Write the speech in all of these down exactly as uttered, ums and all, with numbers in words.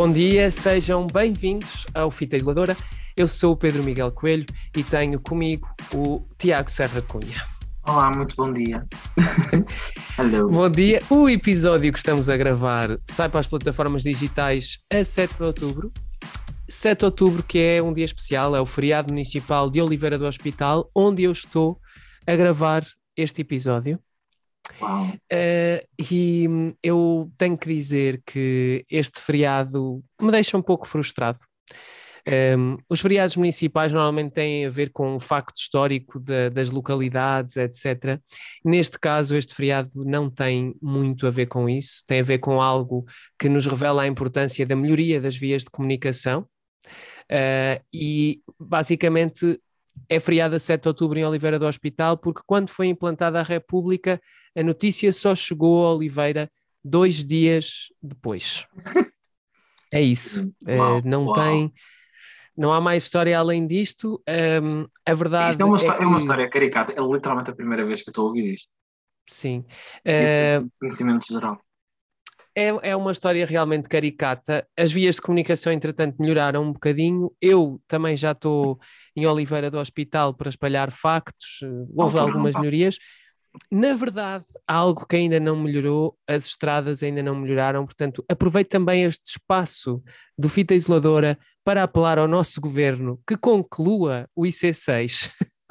Bom dia, sejam bem-vindos ao Fita Isoladora. Eu sou o Pedro Miguel Coelho e tenho comigo o Tiago Serra Cunha. Olá, muito bom dia. Hello. Bom dia. O episódio que estamos a gravar sai para as plataformas digitais a sete de outubro. sete de outubro, que é um dia especial, é o feriado municipal de Oliveira do Hospital, onde eu estou a gravar este episódio. Uau. Uh, e eu tenho que dizer que este feriado me deixa um pouco frustrado. Um, os feriados municipais normalmente têm a ver com o facto histórico de, das localidades, etcétera. Neste caso, este feriado não tem muito a ver com isso, tem a ver com algo que nos revela a importância da melhoria das vias de comunicação. Uh, e basicamente é feriado a sete de outubro em Oliveira do Hospital, porque quando foi implantada a República, a notícia só chegou a Oliveira dois dias depois. É isso. Uau, uh, não uau. tem, não há mais história além disto. Um, a verdade Isto é uma, é histó- que... é uma história caricata. É literalmente a primeira vez que eu estou a ouvir isto. Sim. Este Uh, conhecimento geral. É, é uma história realmente caricata. As vias de comunicação, entretanto, melhoraram um bocadinho. Eu também já estou em Oliveira do Hospital para espalhar factos. Houve Oh, algumas pronto. melhorias. Na verdade, há algo que ainda não melhorou. As estradas ainda não melhoraram. Portanto, aproveito também este espaço do Fita Isoladora para apelar ao nosso governo que conclua o I C seis.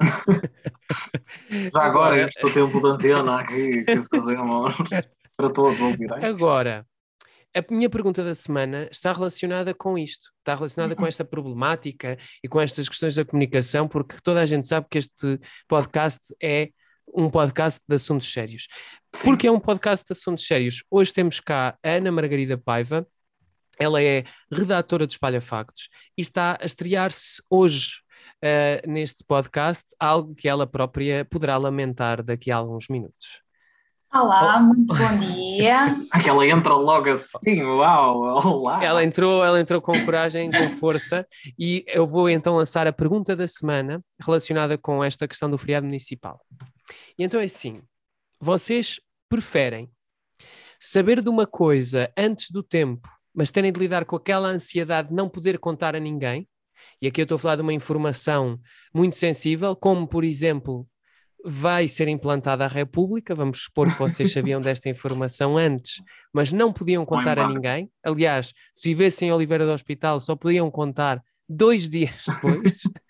Já agora, Agora, isto o tempo de antena aqui que fazemos para todos ouvirem. agora... A minha pergunta da semana está relacionada com isto, está relacionada com esta problemática e com estas questões da comunicação, porque toda a gente sabe que este podcast é um podcast de assuntos sérios. Sim. Porque é um podcast de assuntos sérios. Hoje temos cá a Ana Margarida Paiva, ela é redatora de Espalha Factos e está a estrear-se hoje uh, neste podcast, algo que ela própria poderá lamentar daqui a alguns minutos. Olá, muito bom dia. Aquela entra logo assim, uau, olá. Ela entrou, ela entrou com coragem, com força, e eu vou então lançar a pergunta da semana relacionada com esta questão do feriado municipal. E então é assim, vocês preferem saber de uma coisa antes do tempo, mas terem de lidar com aquela ansiedade de não poder contar a ninguém? E aqui eu estou a falar de uma informação muito sensível, como por exemplo... vai ser implantada a República, vamos supor que vocês sabiam desta informação antes, mas não podiam contar a ninguém. Aliás, se vivessem em Oliveira do Hospital, só podiam contar dois dias depois.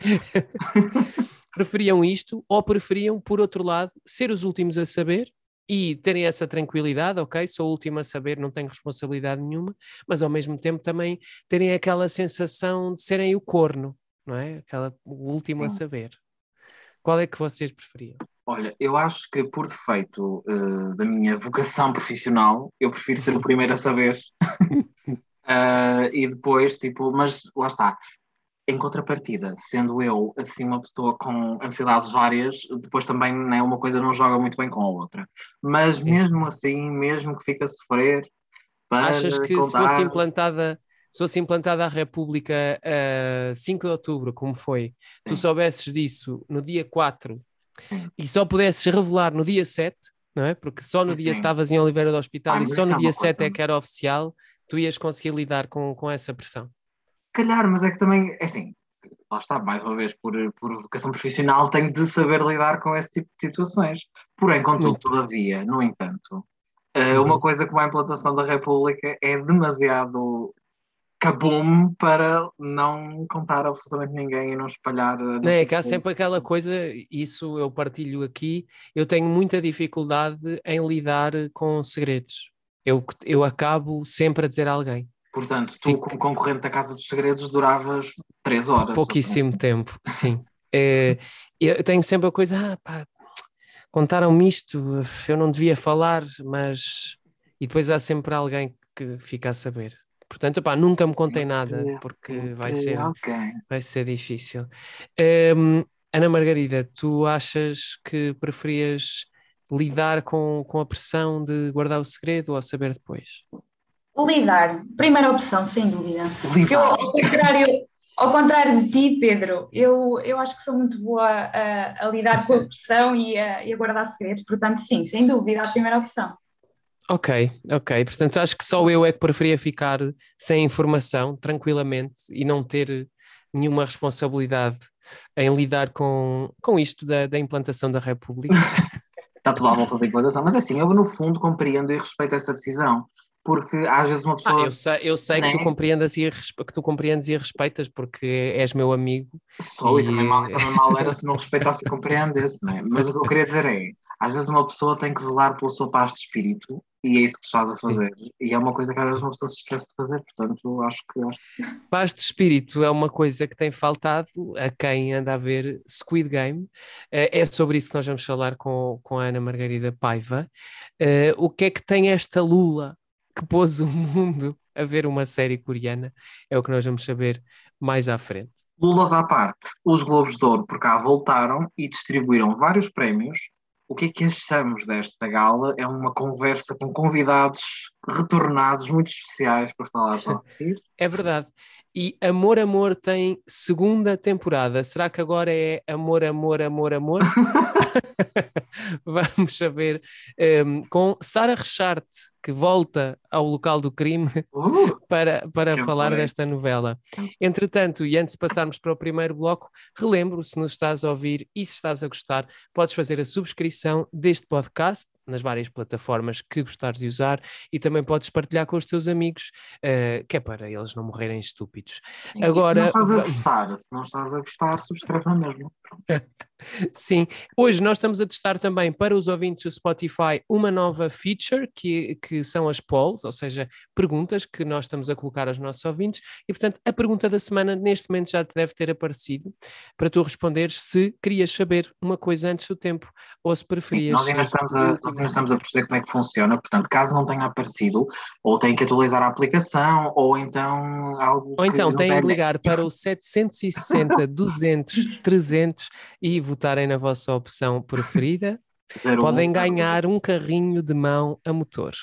Preferiam isto ou preferiam, por outro lado, ser os últimos a saber e terem essa tranquilidade, ok, sou o último a saber, não tenho responsabilidade nenhuma, mas ao mesmo tempo também terem aquela sensação de serem o corno, não é? Aquela, o último a saber. Qual é que vocês preferiam? Olha, eu acho que por defeito uh, da minha vocação profissional, eu prefiro ser o primeiro a saber. uh, e depois, tipo, mas lá está. Em contrapartida, sendo eu assim uma pessoa com ansiedades várias, depois também, né, uma coisa não joga muito bem com a outra. Mas Sim. mesmo assim, mesmo que fique a sofrer para Achas que contar... se fosse implantada, se fosse implantada a República a uh, cinco de outubro, como foi, Sim. tu soubesses disso no dia quatro Sim. e só pudesses revelar no dia sete, não é? Porque só no Sim. dia que estavas em Oliveira do Hospital ah, e só no é dia sete coisa... é que era oficial, tu ias conseguir lidar com, com essa pressão? Calhar, mas é que também, é assim, lá está, mais uma vez, por, por vocação profissional, tenho de saber lidar com esse tipo de situações. Porém, contudo, Muito. todavia, no entanto, uh, Uhum. uma coisa como a implantação da República é demasiado cabum para não contar absolutamente ninguém e não espalhar. Não é que há sempre aquela coisa, isso eu partilho aqui, eu tenho muita dificuldade em lidar com segredos. Eu, eu acabo sempre a dizer a alguém. Portanto, tu, Fico... como concorrente da Casa dos Segredos, duravas três horas. Pouquíssimo tempo, sim. É, eu tenho sempre a coisa, ah, pá, contaram-me isto, eu não devia falar, mas... E depois há sempre alguém que fica a saber. Portanto, pá, nunca me contei nada, porque vai ser, vai ser difícil. Um, Ana Margarida, tu achas que preferias lidar com, com a pressão de guardar o segredo ou saber depois? Lidar, primeira opção, sem dúvida. Porque eu, ao contrário, ao contrário de ti, Pedro, eu, eu acho que sou muito boa a, a lidar com a pressão e a, e a guardar segredos, portanto, sim, sem dúvida, a primeira opção. Ok, ok. Portanto, acho que só eu é que preferia ficar sem informação, tranquilamente, e não ter nenhuma responsabilidade em lidar com, com isto da, da implantação da República. Está tudo à volta da implantação, mas assim, eu no fundo compreendo e respeito essa decisão, porque às vezes uma Ah, pessoa, eu sei, eu sei que tu né, compreendas e, respe- que tu compreendes e respeitas, porque és meu amigo sou e também mal, e também mal era se não respeitasse e compreendesse, não é? Mas o que eu queria dizer é, às vezes uma pessoa tem que zelar pela sua paz de espírito e é isso que tu estás a sim. fazer. E é uma coisa que às vezes uma pessoa se esquece de fazer, portanto, eu acho que, acho que Paz de espírito é uma coisa que tem faltado a quem anda a ver Squid Game. Eh, É sobre isso que nós vamos falar com, com a Ana Margarida Paiva. Eh, O que é que tem esta Lula que pôs o mundo a ver uma série coreana? É o que nós vamos saber mais à frente. Lulas à parte, os Globos de Ouro por cá voltaram e distribuíram vários prémios. O que é que achamos desta gala? É uma conversa com convidados retornados muito especiais para falar para seguir. É verdade. E Amor, Amor tem segunda temporada. Será que agora é Amor, Amor, Amor, Amor? Vamos saber, um, com Sara Recharte, que volta ao local do crime Uh, para, para can't falar wait. desta novela. Entretanto, e antes de passarmos para o primeiro bloco, relembro, se nos estás a ouvir e se estás a gostar, podes fazer a subscrição deste podcast nas várias plataformas que gostares de usar e também podes partilhar com os teus amigos, uh, que é para eles não morrerem estúpidos. E se não Agora, estás a vamos. gostar, se não estás a gostar, subscreve na mesma. Sim, hoje nós estamos a testar também para os ouvintes do Spotify uma nova feature que, que são as polls, ou seja, perguntas que nós estamos a colocar aos nossos ouvintes e, portanto, a pergunta da semana neste momento já te deve ter aparecido para tu responderes se querias saber uma coisa antes do tempo ou se Sim, preferias nós ainda ser estamos o a, nós último ainda a estamos a saber. perceber como é que funciona, portanto, caso não tenha aparecido, ou tem que atualizar a aplicação, ou então algo Ou que então não têm é de ligar para o setecentos e sessenta, duzentos, trezentos e votarem na vossa opção preferida. zero um Podem zero dois. ganhar um carrinho de mão a motor.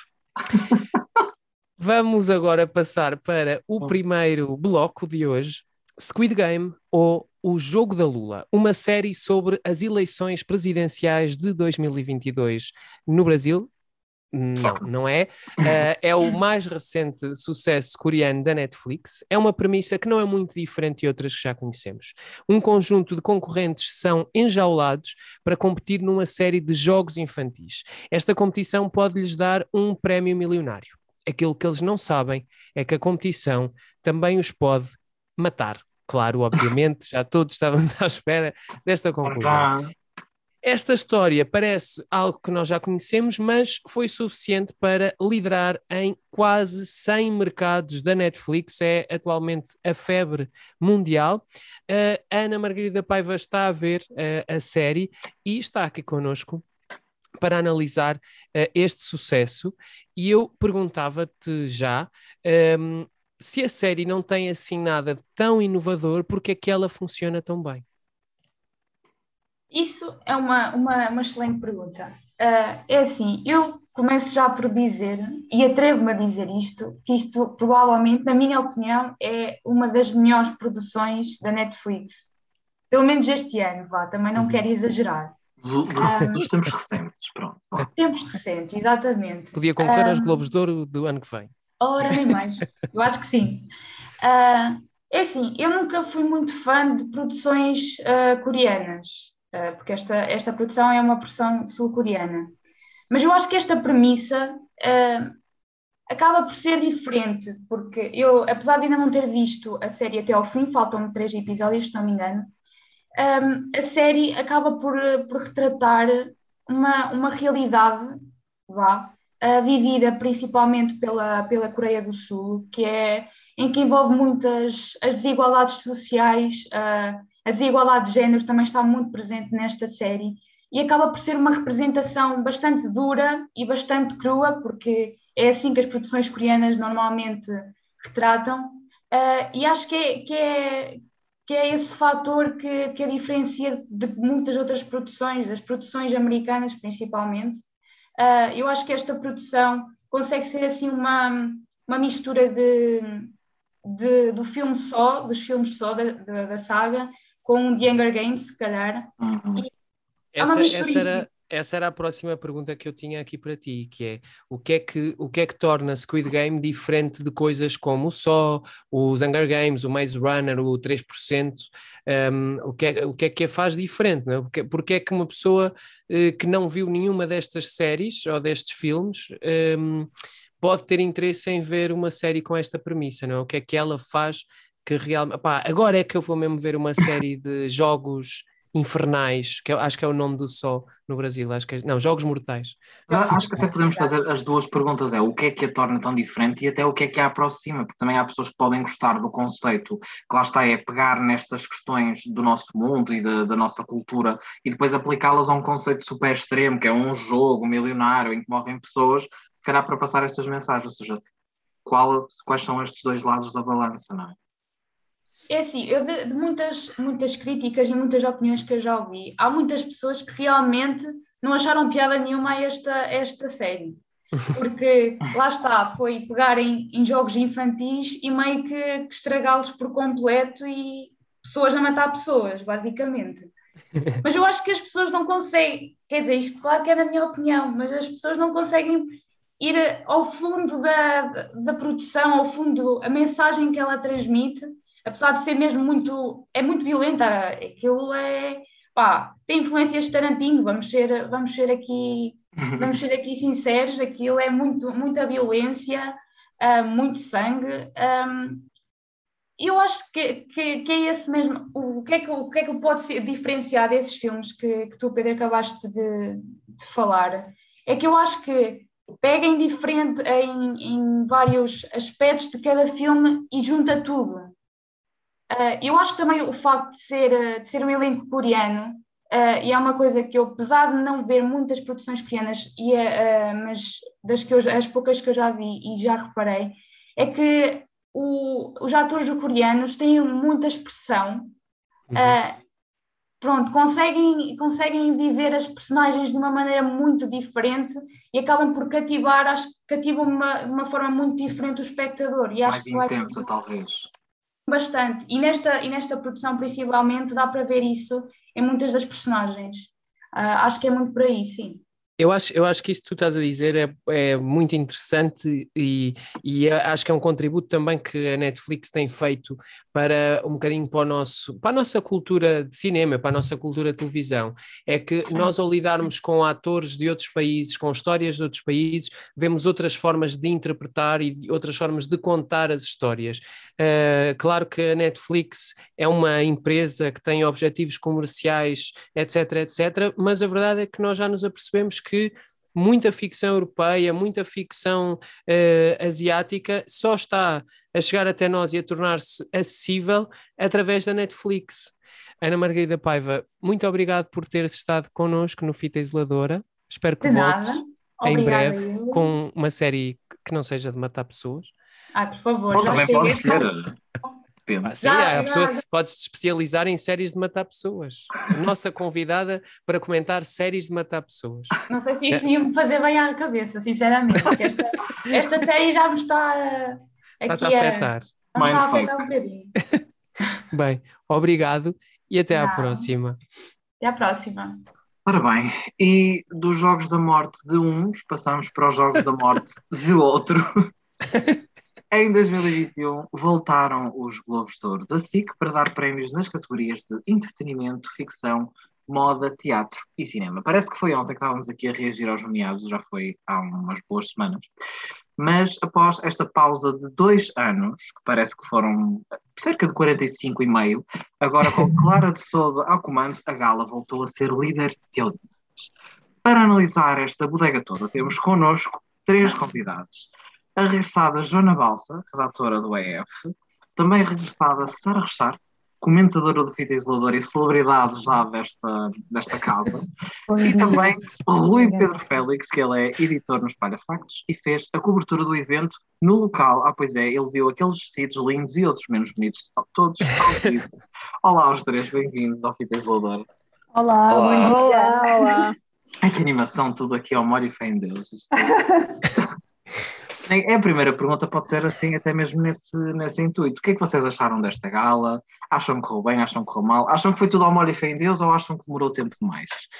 Vamos agora passar para o primeiro bloco de hoje, Squid Game ou O Jogo da Lula, uma série sobre as eleições presidenciais de dois mil e vinte e dois no Brasil. Não, não é. Uh, é o mais recente sucesso coreano da Netflix. É uma premissa que não é muito diferente de outras que já conhecemos. Um conjunto de concorrentes são enjaulados para competir numa série de jogos infantis. Esta competição pode-lhes dar um prémio milionário. Aquilo que eles não sabem é que a competição também os pode matar. Claro, obviamente, já todos estávamos à espera desta conclusão. Então, Esta história parece algo que nós já conhecemos, mas foi suficiente para liderar em quase cem mercados da Netflix. É atualmente a febre mundial. A Ana Margarida Paiva está a ver uh, a série e está aqui connosco para analisar uh, este sucesso. E eu perguntava-te já um, se a série não tem assim nada tão inovador, porque é que ela funciona tão bem? Isso é uma, uma, uma excelente pergunta. Uh, é assim, eu começo já por dizer, e atrevo-me a dizer isto, que isto provavelmente, na minha opinião, é uma das melhores produções da Netflix. Pelo menos este ano, vá, também não Uhum. quero exagerar. do, do, Um, dos tempos recentes, pronto. Vá. Tempos recentes, exatamente. Podia concorrer aos Um, Globos de Ouro do ano que vem. ora, nem mais. Eu acho que sim. Uh, é assim, eu nunca fui muito fã de produções uh, coreanas, uh, porque esta, esta produção é uma produção sul-coreana. Mas eu acho que esta premissa uh, acaba por ser diferente, porque eu, apesar de ainda não ter visto a série até ao fim, faltam-me três episódios, se não me engano, um, a série acaba por, por retratar uma, uma realidade, vá, uh, vivida principalmente pela, pela Coreia do Sul, que é em que envolve muitas as desigualdades sociais, uh, a desigualdade de género também está muito presente nesta série, e acaba por ser uma representação bastante dura e bastante crua, porque é assim que as produções coreanas normalmente retratam, uh, e acho que é, que é, que é esse fator que, que a diferencia de muitas outras produções, das produções americanas principalmente. Uh, eu acho que esta produção consegue ser assim uma, uma mistura de, de, do filme só, dos filmes só da, da, da saga, com The Hunger Games, se calhar. Uhum. É uma Essa, mistura essa, era, incrível. essa era a próxima pergunta que eu tinha aqui para ti, que é o que é que, o que é que torna Squid Game diferente de coisas como o Saw, os Hunger Games, o Maze Runner, o três por cento, um, o, que é, o que é que a faz diferente, não é? Porque, porque é que uma pessoa uh, que não viu nenhuma destas séries ou destes filmes um, pode ter interesse em ver uma série com esta premissa, não é? O que é que ela faz que realmente... Pá, agora é que eu vou mesmo ver uma série de jogos infernais, que eu, acho que é o nome do Saw no Brasil, acho que é, não, Jogos Mortais. Acho que até podemos fazer as duas perguntas, é o que é que a torna tão diferente e até o que é que a aproxima, porque também há pessoas que podem gostar do conceito, que lá está, é pegar nestas questões do nosso mundo e da, da nossa cultura e depois aplicá-las a um conceito super extremo, que é um jogo milionário em que morrem pessoas, se calhar para passar estas mensagens, ou seja, qual, quais são estes dois lados da balança, não é? É assim, eu de, de muitas, muitas críticas e muitas opiniões que eu já ouvi, há muitas pessoas que realmente não acharam piada nenhuma a esta, a esta série. Porque, lá está, foi pegar em, em jogos infantis e meio que, que estragá-los por completo e pessoas a matar pessoas, basicamente. Mas eu acho que as pessoas não conseguem, quer dizer, isto claro que é na minha opinião, mas as pessoas não conseguem ir ao fundo da, da produção, ao fundo, a mensagem que ela transmite, apesar de ser mesmo muito, é muito violenta, aquilo é, pá, tem influências de Tarantino, vamos ser, vamos ser aqui, vamos ser aqui sinceros, aquilo é muito, muita violência, uh, muito sangue, um, eu acho que, que, que é esse mesmo, o que é que, o que é que pode ser diferenciar desses filmes que, que tu, Pedro, acabaste de, de falar, é que eu acho que pega em diferente, em, em vários aspectos de cada filme e junta tudo. Uh, eu acho que também o facto de ser, de ser um elenco coreano, uh, e é uma coisa que eu, apesar de não ver muitas produções coreanas, e, uh, mas das que eu, as poucas que eu já vi e já reparei, é que o, os atores coreanos têm muita expressão, Uhum. uh, pronto, conseguem, conseguem viver as personagens de uma maneira muito diferente e acabam por cativar, acho que cativam de uma, de uma forma muito diferente o espectador. E acho Mais que vai intensa, talvez. bastante. E nesta, e nesta produção, principalmente, dá para ver isso em muitas das personagens. Uh, acho que é muito por aí, sim. Eu acho, eu acho que isso que tu estás a dizer é, é muito interessante e, e acho que é um contributo também que a Netflix tem feito para um bocadinho para, o nosso, para a nossa cultura de cinema, para a nossa cultura de televisão. É que nós, ao lidarmos com atores de outros países, com histórias de outros países, vemos outras formas de interpretar e outras formas de contar as histórias. Uh, claro que a Netflix é uma empresa que tem objetivos comerciais, etc, etc, mas a verdade é que nós já nos apercebemos que que muita ficção europeia, muita ficção uh, asiática só está a chegar até nós e a tornar-se acessível através da Netflix. Ana Margarida Paiva, muito obrigado por teres estado connosco no Fita Isoladora. Espero que De voltes nada. em Obrigada, breve eu. com uma série que não seja de matar pessoas. Ah, por favor, Bom, já também chega. pode esta- ser. Depende. Ah, sim, Já- a pessoa já- já- pode se especializar em séries de matar pessoas. A nossa convidada para comentar séries de matar pessoas. Não sei se isso ia me fazer bem à cabeça, sinceramente, porque esta, esta série já me está uh, Está-te aqui a a, afetar. já me está a Mindfuck. afetar um bocadinho. Bem, obrigado e até à Nada. próxima. Até à próxima. Ora bem, e dos Jogos da Morte de uns, passamos para os Jogos da Morte de outro. Em dois mil e vinte e um, voltaram os Globos de Ouro da S I C para dar prémios nas categorias de entretenimento, ficção, moda, teatro e cinema. Parece que foi ontem que estávamos aqui a reagir aos nomeados, já foi há umas boas semanas. Mas após esta pausa de dois anos, que parece que foram cerca de quarenta e cinco e meio, agora com Clara de Sousa ao comando, a gala voltou a ser líder de audiências. Para analisar esta bodega toda, temos connosco três convidados. A regressada Joana Balsa, redatora do E F, também a regressada Sara Richard, comentadora do Fita Isoladora e celebridade já desta, desta casa, e também o Rui Pedro Félix, que ele é editor no Espalha Factos e fez a cobertura do evento no local. Ah, pois é, ele viu aqueles vestidos lindos e outros menos bonitos, todos ao vivo. Olá aos três, bem-vindos ao Fita Isoladora. Olá, Olá. bom dia. Olá, olá. Ai, que animação, tudo aqui ao amor e fé em Deus. Isto é... é a primeira pergunta, pode ser assim, até mesmo nesse, nesse intuito. O que é que vocês acharam desta gala? Acham que correu bem? Acham que correu mal? Acham que foi tudo ao amor e fé em Deus ou acham que demorou tempo demais?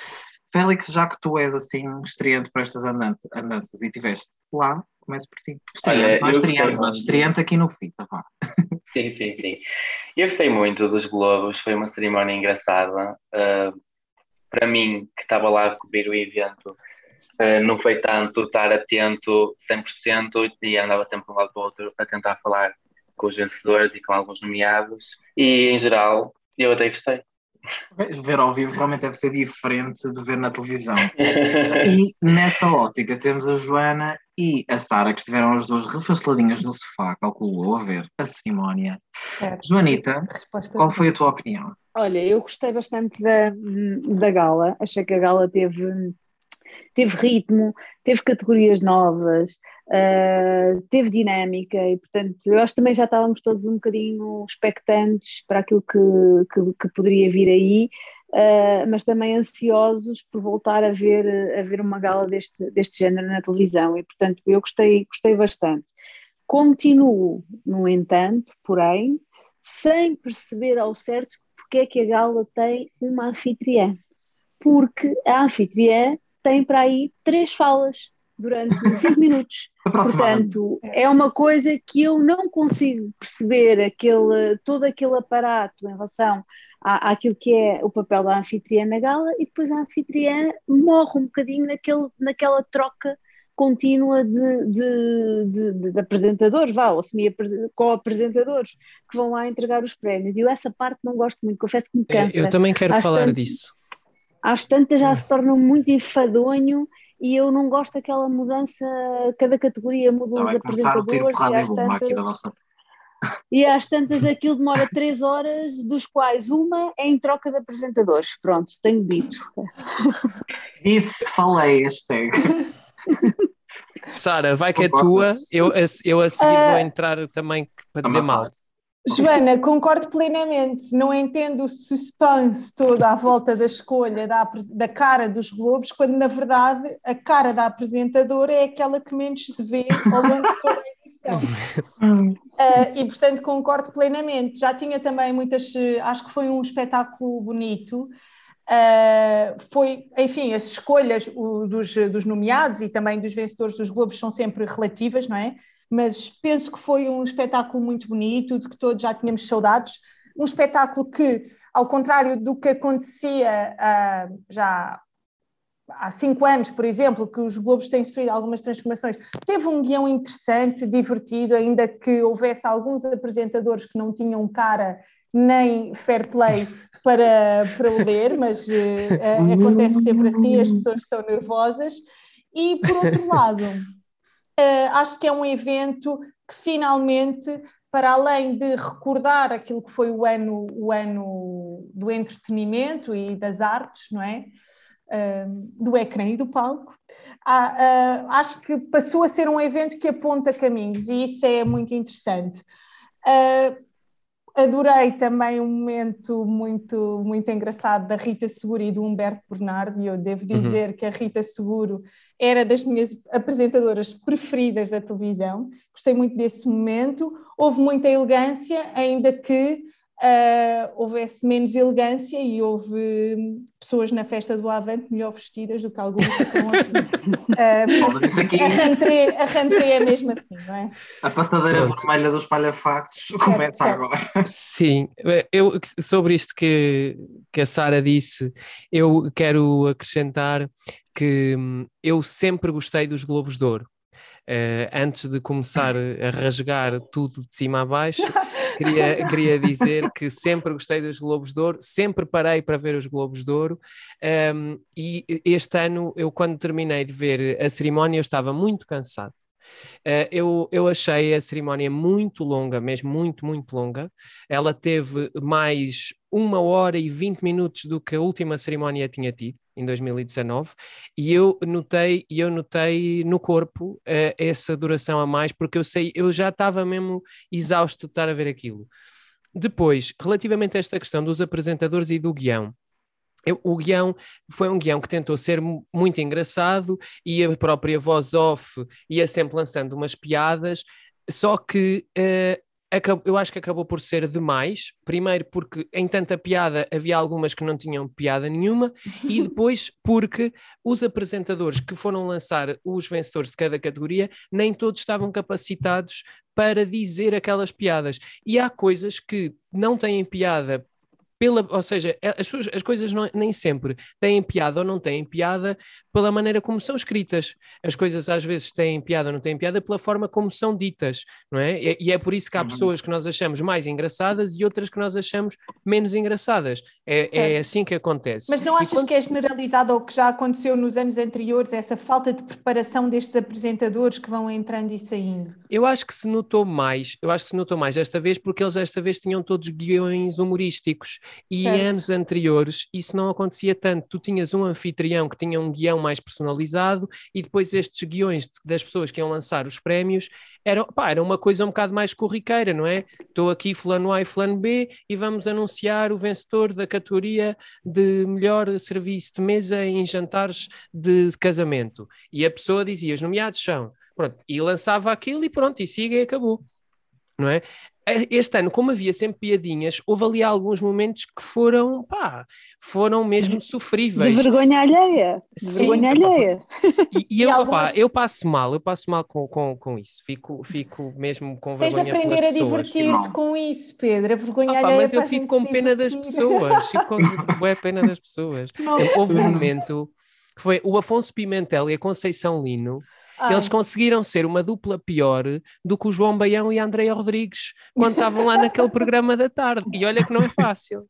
Félix, já que tu és assim estreante para estas andan- andanças e estiveste lá, começo por ti. Estreante, Olha, não é eu estreante, gostei mas muito. estreante aqui no Fita, vá. Sim, sim, sim. Eu gostei muito dos Globos, foi uma cerimónia engraçada. Uh, para mim, que estava lá a cobrir o evento, uh, não foi tanto estar atento cem por cento e andava sempre de um lado para o outro a tentar falar com os vencedores e com alguns nomeados. E, em geral, eu até gostei. Ver ao vivo realmente deve ser diferente de ver na televisão. E nessa ótica temos a Joana e a Sara, que estiveram as duas refasteladinhas no sofá, calculou a ver a cerimónia. Certo. Joanita, Resposta qual sim. foi a tua opinião? Olha, eu gostei bastante da, da gala, achei que a gala teve, teve ritmo, teve categorias novas, uh, teve dinâmica e, portanto, eu acho que também já estávamos todos um bocadinho expectantes para aquilo que, que, que poderia vir aí, uh, mas também ansiosos por voltar a ver, a ver uma gala deste, deste género na televisão e, portanto, eu gostei, gostei bastante. Continuo, no entanto, porém, sem perceber ao certo porque é que a gala tem uma anfitriã. Porque a anfitriã tem para aí três falas durante cinco minutos. Portanto, é uma coisa que eu não consigo perceber aquele, todo aquele aparato em relação à, àquilo que é o papel da anfitriã na gala e depois a anfitriã morre um bocadinho naquele, naquela troca contínua de, de, de, de, de apresentadores, vá, ou semi-co-apresentadores que vão lá entregar os prémios. E eu essa parte não gosto muito, confesso que me cansa. Eu também quero Às falar tantas, disso. Às tantas já se tornam muito enfadonho e eu não gosto daquela mudança, cada categoria muda Já os vai começar o tiro apresentadores porrada e e às bomba aqui da tantas... nossa... E às tantas aquilo demora três horas, dos quais uma é em troca de apresentadores. Pronto, tenho dito. Disse, falei, hashtag. Sara, vai que é tua, eu, a- eu a seguir vou entrar também para dizer mal. Joana, concordo plenamente. Não entendo o suspense todo à volta da escolha da, da cara dos Globos, quando na verdade a cara da apresentadora é aquela que menos se vê ao longo de toda a edição. Uh, e portanto concordo plenamente. Já tinha também muitas, acho que foi um espetáculo bonito. Uh, foi, enfim, as escolhas o, dos, dos nomeados e também dos vencedores dos Globos são sempre relativas, não é? Mas penso que foi um espetáculo muito bonito, de que todos já tínhamos saudades. Um espetáculo que, ao contrário do que acontecia uh, já há cinco anos, por exemplo, que os Globos têm sofrido algumas transformações, teve um guião interessante, divertido, ainda que houvesse alguns apresentadores que não tinham cara nem fair play para, para ler, mas uh, uh, acontece sempre assim, as pessoas estão nervosas. E, por outro lado, uh, acho que é um evento que finalmente, para além de recordar aquilo que foi o ano, o ano do entretenimento e das artes, não é? Uh, do ecrã e do palco, uh, uh, acho que passou a ser um evento que aponta caminhos e isso é muito interessante. Uh, Adorei também um momento muito, muito engraçado da Rita Seguro e do Humberto Bernardo, e eu devo dizer uhum. que a Rita Seguro era das minhas apresentadoras preferidas da televisão. Gostei muito desse momento. Houve muita elegância, ainda que uh, houvesse menos elegância e houve pessoas na festa do Avante melhor vestidas do que algumas que estão aqui. Uh, aqui... A rentrée, a rentrée é mesmo assim, não é? A passadeira Pronto. vermelha dos palhafactos começa é, agora. Sim, eu, sobre isto que, que a Sara disse, eu quero acrescentar que eu sempre gostei dos Globos de Ouro. Uh, antes de começar a rasgar tudo de cima a baixo, queria, queria dizer que sempre gostei dos Globos de Ouro, sempre parei para ver os Globos de Ouro, um, e este ano, eu quando terminei de ver a cerimónia, eu estava muito cansado. Uh, eu, eu achei a cerimónia muito longa, mesmo muito, muito longa. Ela teve mais uma hora e vinte minutos do que a última cerimónia tinha tido, em dois mil e dezanove, e eu notei, eu notei no corpo uh, essa duração a mais, porque eu sei, eu já estava mesmo exausto de estar a ver aquilo. Depois, relativamente a esta questão dos apresentadores e do guião, Eu, o guião foi um guião que tentou ser muito engraçado e a própria voz off ia sempre lançando umas piadas, só que uh, acabou, eu acho que acabou por ser demais. Primeiro porque em tanta piada havia algumas que não tinham piada nenhuma e depois porque os apresentadores que foram lançar os vencedores de cada categoria nem todos estavam capacitados para dizer aquelas piadas. E há coisas que não têm piada. Pela, ou seja, as, as coisas não, nem sempre têm piada ou não têm piada pela maneira como são escritas. As coisas às vezes têm piada ou não têm piada pela forma como são ditas, não é? E, e é por isso que há pessoas que nós achamos mais engraçadas e outras que nós achamos menos engraçadas. É, é assim que acontece. Mas não achas quando... que é generalizado ou que já aconteceu nos anos anteriores essa falta de preparação destes apresentadores que vão entrando e saindo? Eu acho que se notou mais, eu acho que se notou mais desta vez porque eles desta vez tinham todos guiões humorísticos. E certo. Em anos anteriores isso não acontecia tanto. Tu tinhas um anfitrião que tinha um guião mais personalizado e depois estes guiões das pessoas que iam lançar os prémios eram, pá, era uma coisa um bocado mais corriqueira, não é? Estou aqui fulano A e fulano B e vamos anunciar o vencedor da categoria de melhor serviço de mesa em jantares de casamento. E a pessoa dizia, os nomeados são... Pronto, e lançava aquilo e pronto, e siga e acabou. Não é? Este ano, como havia sempre piadinhas, houve ali alguns momentos que foram, pá, foram mesmo sofríveis. De vergonha alheia. De Sim, vergonha alheia. E, e, E eu, algumas... opá, eu passo mal, eu passo mal com, com, com isso. Fico, fico mesmo com Tens de vergonha aprender pelas a pessoas. divertir-te com isso, Pedro. A vergonha Opá, alheia mas eu faz fico gente com se pena das divertir. pessoas. Fico com bué pena das pessoas. Não. Houve um momento que foi o Afonso Pimentel e a Conceição Lino. Ai. Eles conseguiram ser uma dupla pior do que o João Baião e a Andreia Rodrigues quando estavam lá naquele programa da tarde. E olha que não é fácil.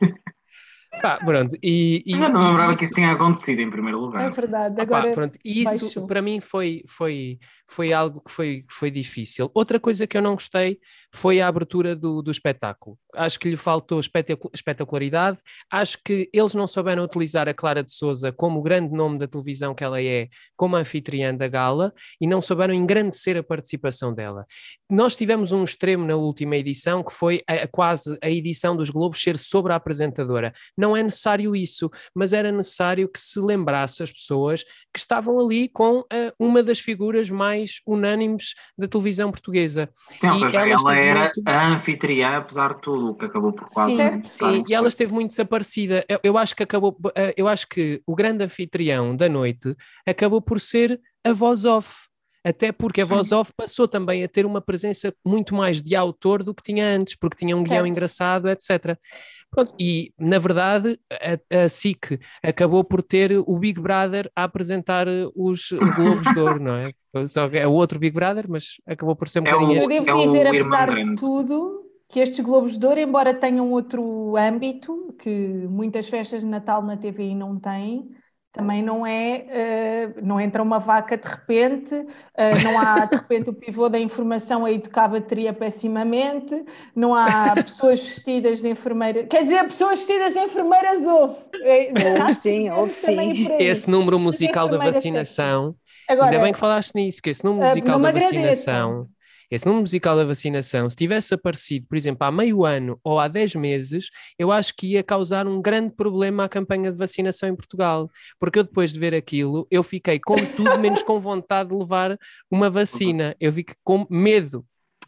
Pá, pronto. E, e, eu não e lembrava isso... que isso tinha acontecido em primeiro lugar. É verdade, Opa, agora pronto. E isso baixou. para mim foi, foi, foi algo que foi, foi difícil. Outra coisa que eu não gostei foi a abertura do, do espetáculo. Acho que lhe faltou espetacularidade. Acho que eles não souberam utilizar a Clara de Sousa como o grande nome da televisão que ela é, como anfitriã da gala, e não souberam engrandecer a participação dela. Nós tivemos um extremo na última edição, que foi a, a quase a edição dos Globos ser sobre a apresentadora. Não é necessário isso, mas era necessário que se lembrasse as pessoas que estavam ali com uh, uma das figuras mais unânimes da televisão portuguesa. Sim, ou E seja, ela, ela era muito... a anfitriã, apesar de tudo, o que acabou por quase... Sim, sim, e ela esteve muito desaparecida. Eu, eu acho que acabou, uh, eu acho que o grande anfitrião da noite acabou por ser a voz off. Até porque a Sim. voz off passou também a ter uma presença muito mais de autor do que tinha antes, porque tinha um certo. guião engraçado, etcétera. Pronto, e, na verdade, a, a S I C acabou por ter o Big Brother a apresentar os Globos de Ouro, não é? Só que é o outro Big Brother, mas acabou por ser um É bocadinho o- Eu este. devo é o dizer, irmão apesar de grande. tudo, que estes Globos de Ouro, embora tenham outro âmbito, que muitas festas de Natal na T V I não têm, também não é, eh, não entra uma vaca de repente, eh, não há de repente o pivô da informação a educar a bateria pessimamente, não há pessoas vestidas de enfermeiras, quer dizer, pessoas vestidas de enfermeiras houve. Eh, Houve acho que sim, tivemos houve também sim. por aí. Esse número musical da enfermeira vacinação, Agora, ainda bem que falaste nisso, que esse número eh, musical não da me vacinação, agradeçam. esse número musical da vacinação, se tivesse aparecido, por exemplo, há meio ano ou há dez meses, eu acho que ia causar um grande problema à campanha de vacinação em Portugal, porque eu depois de ver aquilo, eu fiquei com tudo menos com vontade de levar uma vacina, eu fiquei com medo.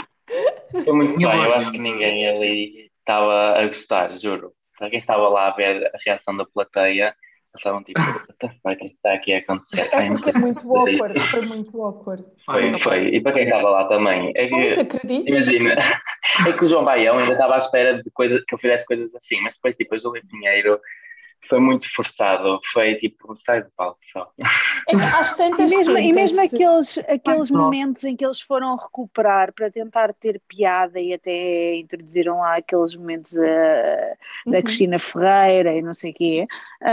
Foi muito Minha bem, eu voz, acho que ninguém ali estava a gostar, juro. Para quem estava lá a ver a reação da plateia, estavam tipo, what the fuck, o que está aqui a acontecer? É porque é muito awkward, foi muito awkward. Foi, foi. E para quem estava lá também, é Pois, que, acredito. imagina, é que o João Baião ainda estava à espera de coisa, que eu fizesse coisas assim, mas depois, tipo, a Júlia Pinheiro foi muito forçado, foi tipo, sai do palco só. É que às E tantas mesmo, e mesmo senta-se- aqueles, aqueles Ai, momentos em que eles foram recuperar para tentar ter piada e até introduziram lá aqueles momentos uh, da Uhum. Cristina Ferreira e não sei o quê,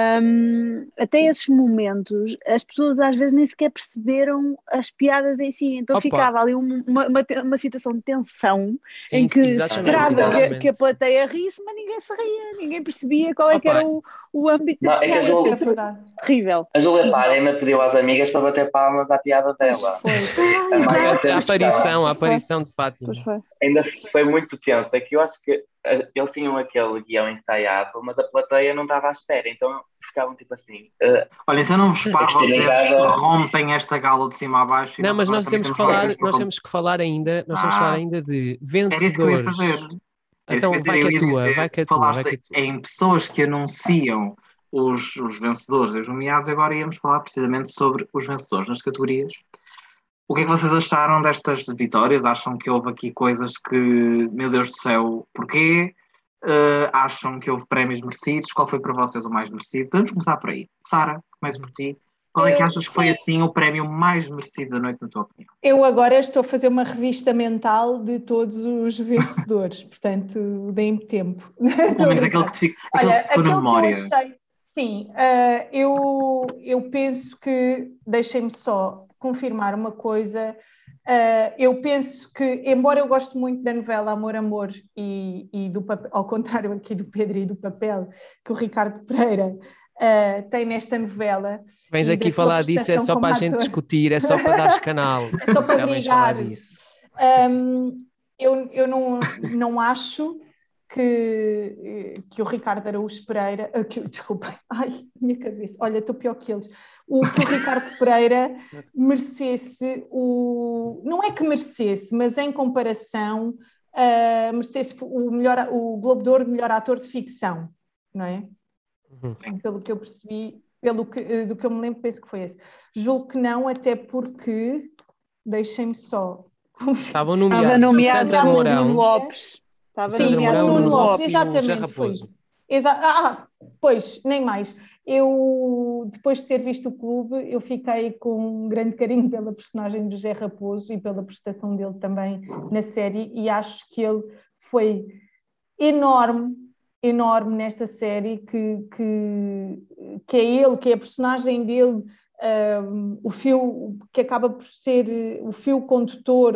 um, até esses momentos as pessoas às vezes nem sequer perceberam as piadas em si, então Opa. ficava ali um- uma, uma, uma situação de tensão Sim, em que se exatamente, esperava que, exatamente. que a plateia risse, mas ninguém se ria, ninguém percebia qual é que Opa. era o, o âmbito Não, da é que a piada, Júlia- É verdade. terrível. A Júlia Para ainda pediu às amigas para bater palmas à piada Pois dela. foi. Ah, A mãe exato. A, a aparição, a Pois foi. aparição de Fátima. Pois foi. Ainda foi muito tenso, é que eu acho que eh, eles tinham aquele guião ensaiado, mas a plateia não estava à espera, então ficavam tipo assim. Uh, Olha, se eu não vos paro, vocês experimentado. rompem esta gala de cima a baixo. e Não, mas agora nós também temos que mais falar, coisas para nós contar. temos que falar ainda, nós Ah, temos que falar ainda de Era isso que eu ia vencedores. fazer. Era isso que Então eu ia vai dizer. que Eu é ia tua, dizer, vai que é tu tua, vai falaste que é tua. em pessoas que anunciam os, os vencedores e os nomeados, agora íamos falar precisamente sobre os vencedores nas categorias. O que é que vocês acharam destas vitórias? Acham que houve aqui coisas que, meu Deus do céu, porquê? Uh, acham que houve prémios merecidos? Qual foi para vocês o mais merecido? Podemos começar por aí. Sara, começo por ti. Qual é que achas que foi assim o prémio mais merecido da noite, na tua opinião? Eu agora estou a fazer uma revista mental de todos os vencedores, portanto, deem-me tempo. Pelo menos aquele que te fica, aquele Olha, que ficou na aquele que eu memória. achei, sim, uh, eu, eu penso que, deixem-me só confirmar uma coisa, uh, eu penso que, embora eu goste muito da novela Amor, Amor, e, e do papel, ao contrário aqui do Pedro e do papel que o Ricardo Pereira uh, tem nesta novela... Vens aqui falar disso, é só para a gente ator. discutir, é só para dares canal. É só para Já vens falar brigar. disso. Um, eu eu não, não acho que, que o Ricardo Araújo Pereira, uh, que, desculpa, ai, minha cabeça, olha, estou pior que eles, o, que o Ricardo Pereira merecesse o, não é que merecesse, mas em comparação, uh, merecesse o, melhor, o Globo de Ouro de melhor ator de ficção, não é? Uhum. Pelo que eu percebi, pelo que, do que eu me lembro, penso que foi esse. Julgo que não, até porque, deixem-me só... Estavam Estava nomeados o nomeado César o Nuno Mourão, Lopes. Estava César nomeado Mourão, o o Nuno Nuno Lopes Lopes. e o Zé exatamente, foi Raposo. isso. Exa ah, pois, nem mais. Eu, depois de ter visto o clube, eu fiquei com um grande carinho pela personagem do Zé Raposo e pela prestação dele também na série, e acho que ele foi enorme, enorme nesta série, que, que, que é ele, que é a personagem dele, um, o fio que acaba por ser o fio condutor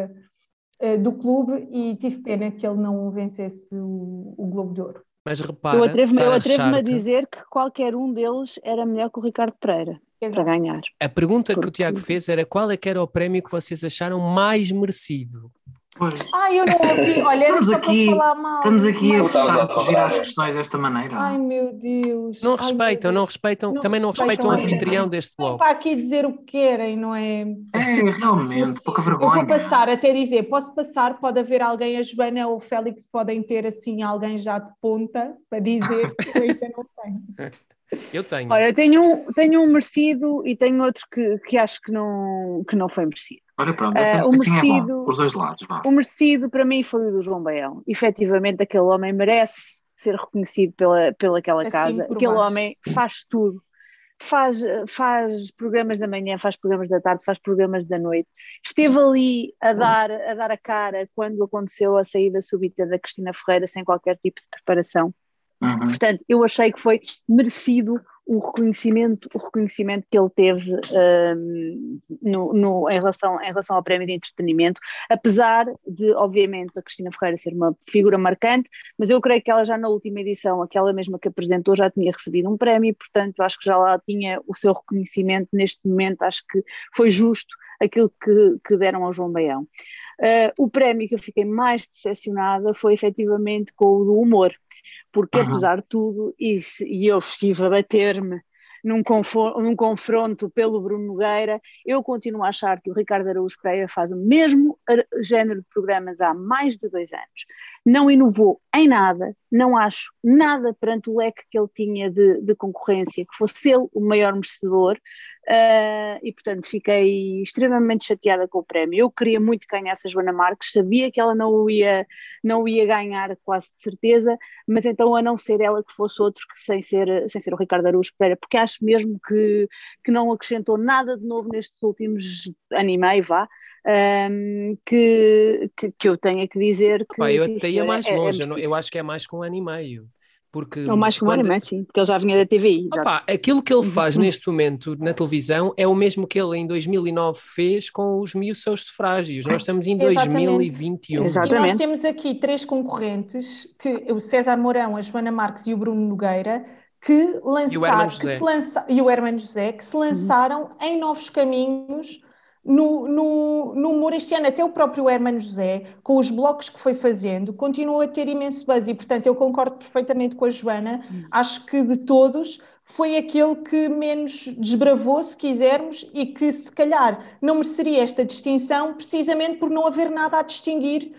uh, uh, do clube, e tive pena que ele não vencesse o, o Globo de Ouro. Mas Eu repara, atrevo-me eu Sara atrevo-me a Recharque, dizer que qualquer um deles era melhor que o Ricardo Pereira para Exato. ganhar. a pergunta que o Porque- Tiago fez era qual é que era o prémio que vocês acharam mais merecido? Pois, Ah, eu não ouvi, olha, era Estamos só aqui- para falar mal. estamos aqui a Mas- Estamos fechar, a a fugir às falar. questões desta maneira. Ai, meu Deus. Não Ai, respeitam, meu não Deus. respeitam, Não também não respeitam o respeitam a anfitrião vida. deste Vem bloco. para aqui dizer o que querem, não é? É, realmente, pouca vergonha. Eu vou passar até dizer, posso passar, pode haver alguém, a Joana ou o Félix podem ter assim alguém já de ponta para dizer que eu ainda não tenho. Eu tenho. Olha, eu tenho um, tenho um merecido e tenho outro que, que acho que não, que não foi merecido. Olha, pronto, Eh, assim, o assim é merecido- bom, os dois lados, vá. O merecido para mim foi o do João Baião. Efetivamente, aquele homem merece ser reconhecido pela, pela aquela Assim casa. por Aquele baixo. homem faz tudo. Faz, faz programas da manhã, faz programas da tarde, faz programas da noite. Esteve ali a dar, a dar a cara quando aconteceu a saída súbita da Cristina Ferreira sem qualquer tipo de preparação. Uhum. Portanto, eu achei que foi merecido o reconhecimento, o reconhecimento que ele teve um, no, no, em, relação, em relação ao prémio de entretenimento, apesar de, obviamente, a Cristina Ferreira ser uma figura marcante, mas eu creio que ela já na última edição, aquela mesma que apresentou, já tinha recebido um prémio, portanto acho que já lá tinha o seu reconhecimento. Neste momento acho que foi justo aquilo que, que deram ao João Baião. Uh, o prémio que eu fiquei mais decepcionada foi efetivamente com o do humor, porque Uhum. apesar de tudo, e, se, e eu estive a bater-me num, num confronto pelo Bruno Nogueira, eu continuo a achar que o Ricardo Araújo Pereira faz o mesmo género de programas há mais de dois anos. Não inovou em nada, não acho nada perante o leque que ele tinha de, de concorrência, que fosse ele o maior merecedor, uh, e portanto fiquei extremamente chateada com o prémio. Eu queria muito que ganhasse a Joana Marques, sabia que ela não o ia, não o ia ganhar quase de certeza, mas então a não ser ela que fosse outro, que sem ser, sem ser o Ricardo Araújo Pereira, porque acho mesmo que, que não acrescentou nada de novo nestes últimos ano e meio, vá, um, que, que, que eu tenho que dizer que... Pá, eu sim, até ia senhora, mais é- é longe, eu, não- merecido. eu acho que é mais com um ano e meio. Porque Ou mais que um ano e quando- meio, sim, porque ele já vinha da T V I, exato. Opa, aquilo que ele faz neste momento na televisão é o mesmo que ele em dois mil e nove fez com os mil seus sufrágios. Nós estamos em Exatamente. dois mil e vinte e um. Exato. E nós Exatamente. temos aqui três concorrentes, que, o César Mourão, a Joana Marques e o Bruno Nogueira, que lançaram, E o Hermano que José. se lança, e o Hermano José, que se lançaram em novos caminhos no, no, no humor este ano. Até o próprio Hermano José, com os blocos que foi fazendo, continuou a ter imenso buzz, e portanto eu concordo perfeitamente com a Joana. Acho que de todos foi aquele que menos desbravou, se quisermos, e que se calhar não mereceria esta distinção precisamente por não haver nada a distinguir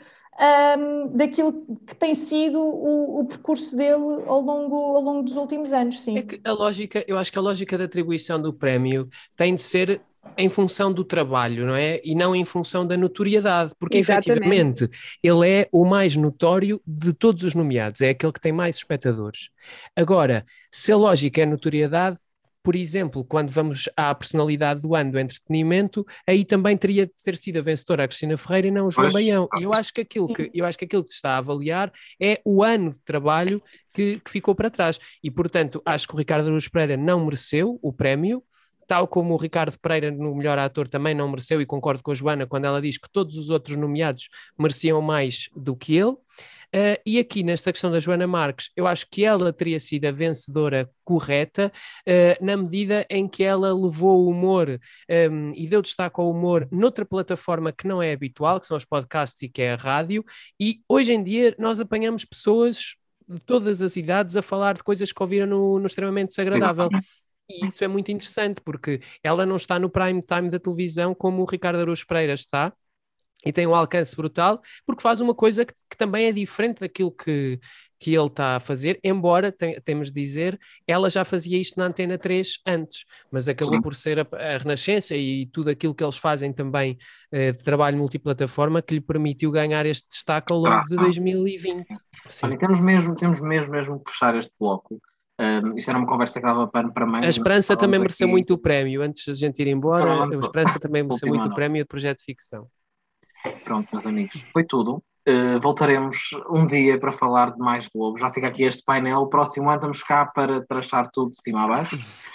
um, daquilo que tem sido o, o percurso dele ao longo, ao longo dos últimos anos, sim. É que a lógica, eu acho que a lógica da atribuição do prémio tem de ser em função do trabalho, não é? E não em função da notoriedade, porque Exatamente. efetivamente ele é o mais notório de todos os nomeados, é aquele que tem mais espectadores. Agora, se a lógica é notoriedade, por exemplo, quando vamos à personalidade do ano do entretenimento, aí também teria de ter sido a vencedora a Cristina Ferreira e não o João Pois. Baião. E eu acho que aquilo que, eu acho que aquilo que se está a avaliar é o ano de trabalho que, que ficou para trás. E, portanto, acho que o Ricardo Araújo Pereira não mereceu o prémio, tal como o Ricardo Pereira no melhor ator também não mereceu, e concordo com a Joana quando ela diz que todos os outros nomeados mereciam mais do que ele. Uh, e aqui nesta questão da Joana Marques, eu acho que ela teria sido a vencedora correta, uh, na medida em que ela levou o humor um, e deu destaque ao humor noutra plataforma que não é habitual, que são os podcasts e que é a rádio, e hoje em dia nós apanhamos pessoas de todas as idades a falar de coisas que ouviram no, no Extremamente Desagradável. Exatamente. E isso é muito interessante, porque ela não está no prime time da televisão como o Ricardo Araújo Pereira está, e tem um alcance brutal, porque faz uma coisa que, que também é diferente daquilo que, que ele está a fazer, embora, tem, temos de dizer, ela já fazia isto na Antena três antes, mas acabou Sim. por ser a, a Renascença e tudo aquilo que eles fazem também eh, de trabalho multiplataforma que lhe permitiu ganhar este destaque ao longo de Tração. dois mil e vinte. Sim. Olha, temos mesmo, temos mesmo, mesmo que fechar este bloco. Um, isto era uma conversa que dava pano para manga. A Esperança também mereceu aqui... muito o prémio. Antes da gente ir embora, Pronto. a Esperança também mereceu Última muito o nota. prémio de projeto de ficção. Pronto, meus amigos, foi tudo. Uh, voltaremos um dia para falar de mais Globo. Já fica aqui este painel. O próximo ano estamos cá para trachar tudo de cima a baixo.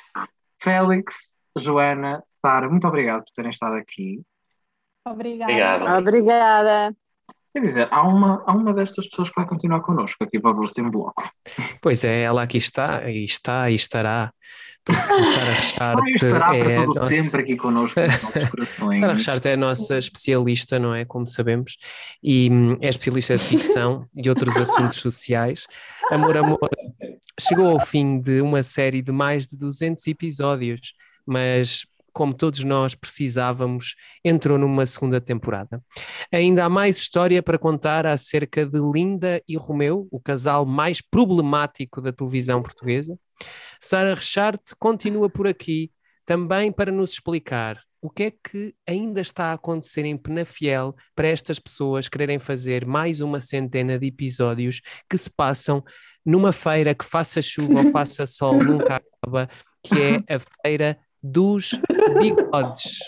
Félix, Joana, Sara, muito obrigado por terem estado aqui. Obrigada. Obrigado. Obrigada. Quer dizer, há uma, há uma destas pessoas que vai continuar connosco aqui para o próximo bloco. Pois é, ela aqui está, e está, e estará. Porque Sara Richard Vai estará para é todo nossa... sempre aqui connosco nos nossos corações. Sara Richard é a nossa especialista, não é? Como sabemos, e hum, é especialista de ficção e outros assuntos sociais. Amor, Amor chegou ao fim de uma série de mais de duzentos episódios, mas como todos nós precisávamos, entrou numa segunda temporada. Ainda há mais história para contar acerca de Linda e Romeu, o casal mais problemático da televisão portuguesa. Sara Richard continua por aqui, também para nos explicar o que é que ainda está a acontecer em Penafiel para estas pessoas quererem fazer mais uma centena de episódios que se passam numa feira que faça chuva ou faça sol, nunca acaba, que é a feira dos bigodes.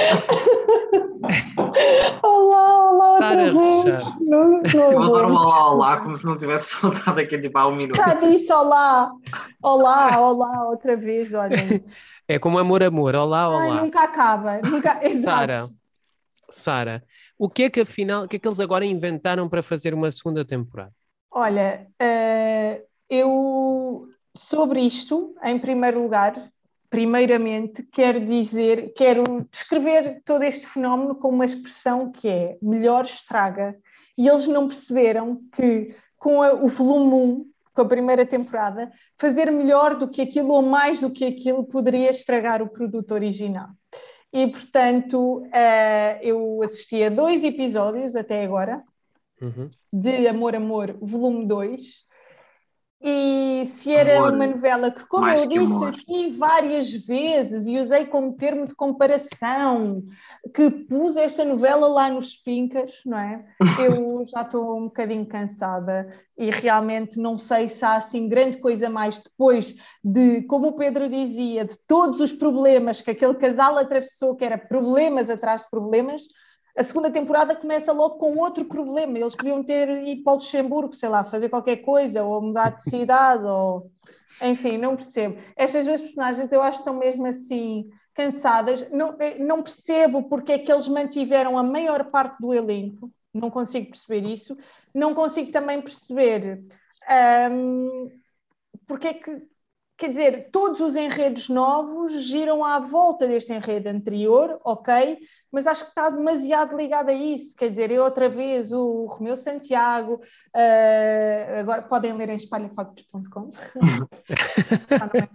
Olá, olá, Sara outra vez. Richard. Não, Eu não vou dar um vou. olá, olá, como se não tivesse soltado aqui tipo há um minuto. Já disse olá. Olá, olá, outra vez, olha. É como Amor, Amor. Olá, Ai, olá. nunca acaba. Nunca... Exato. Sara, Sara, o que é que afinal, o que é que eles agora inventaram para fazer uma segunda temporada? Olha, eh, eu sobre isto, em primeiro lugar, primeiramente, quero dizer, quero descrever todo este fenómeno com uma expressão que é melhor estraga. E eles não perceberam que com a, o volume um, com a primeira temporada, fazer melhor do que aquilo ou mais do que aquilo poderia estragar o produto original. E, portanto, uh, eu assisti a dois episódios até agora, Uhum. de Amor, Amor, volume dois, e se era Amor, uma novela que, como mais eu que disse amor. aqui várias vezes, e usei como termo de comparação, que pus esta novela lá nos pincas, não é? Eu já estou um bocadinho cansada e realmente não sei se há assim grande coisa mais depois de, como o Pedro dizia, de todos os problemas que aquele casal atravessou, que era problemas atrás de problemas. A segunda temporada começa logo com outro problema. Eles podiam ter ido para o Luxemburgo, sei lá, fazer qualquer coisa, ou mudar de cidade, ou... Enfim, não percebo. Estas duas personagens eu acho que estão mesmo assim cansadas. Não, não percebo porque é que eles mantiveram a maior parte do elenco. Não consigo perceber isso. Não consigo também perceber hum, porque é que... Quer dizer, todos os enredos novos giram à volta deste enredo anterior, ok, mas acho que está demasiado ligado a isso. Quer dizer, eu outra vez, o Romeu Santiago, uh, agora podem ler em espalha factos ponto com.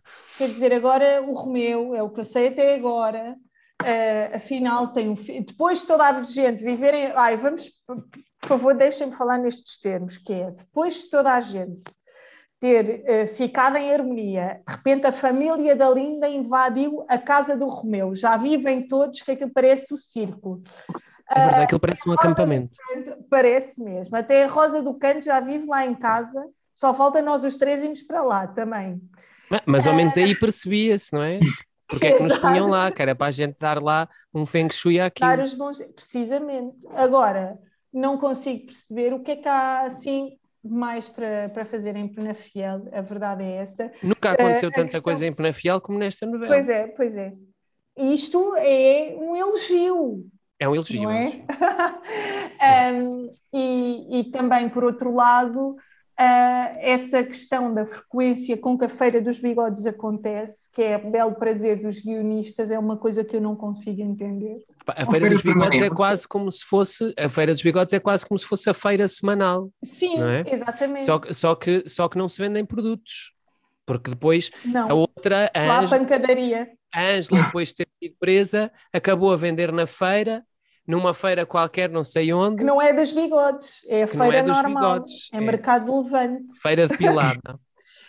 Quer dizer, agora o Romeu, é o que eu sei até agora, uh, afinal tem um filho. Depois de toda a gente viverem... Ai, vamos, por favor, deixem-me falar nestes termos, que é, depois de toda a gente ter uh, ficado em harmonia, de repente a família da Linda invadiu a casa do Romeu. Já vivem todos, que aquilo parece o circo. É verdade, aquilo parece um acampamento. Canto, parece mesmo. Até a Rosa do Canto já vive lá em casa, só falta nós os três irmos para lá também. Mas, mas ao menos aí percebia-se, não é? Porque é que nos punham lá, que era para a gente dar lá um feng shui àquilo. Dar os bons... Precisamente. Agora, não consigo perceber o que é que há assim mais para, para fazer em Penafiel, a verdade é essa. Nunca aconteceu uh, tanta questão... coisa em Penafiel como nesta novela. Pois é, pois é. Isto é um elogio. É um elogio. Não é? um, e, e também, por outro lado, uh, essa questão da frequência com que a Feira dos Bigodes acontece, que é o belo prazer dos guionistas, é uma coisa que eu não consigo entender. A Feira dos Bigodes é quase como se fosse a Feira dos Bigodes é quase como se fosse a feira semanal. Sim, não é? Exatamente. Só, só, que, só que não se vendem produtos. Porque depois não. a outra, a Ângela, a pancadaria. A Ângela, depois de ter sido presa, acabou a vender na feira, numa feira qualquer, não sei onde. Que não é dos bigodes, é a que feira não é dos normal. bigodes, é, é mercado do Levante. Feira de Pilada.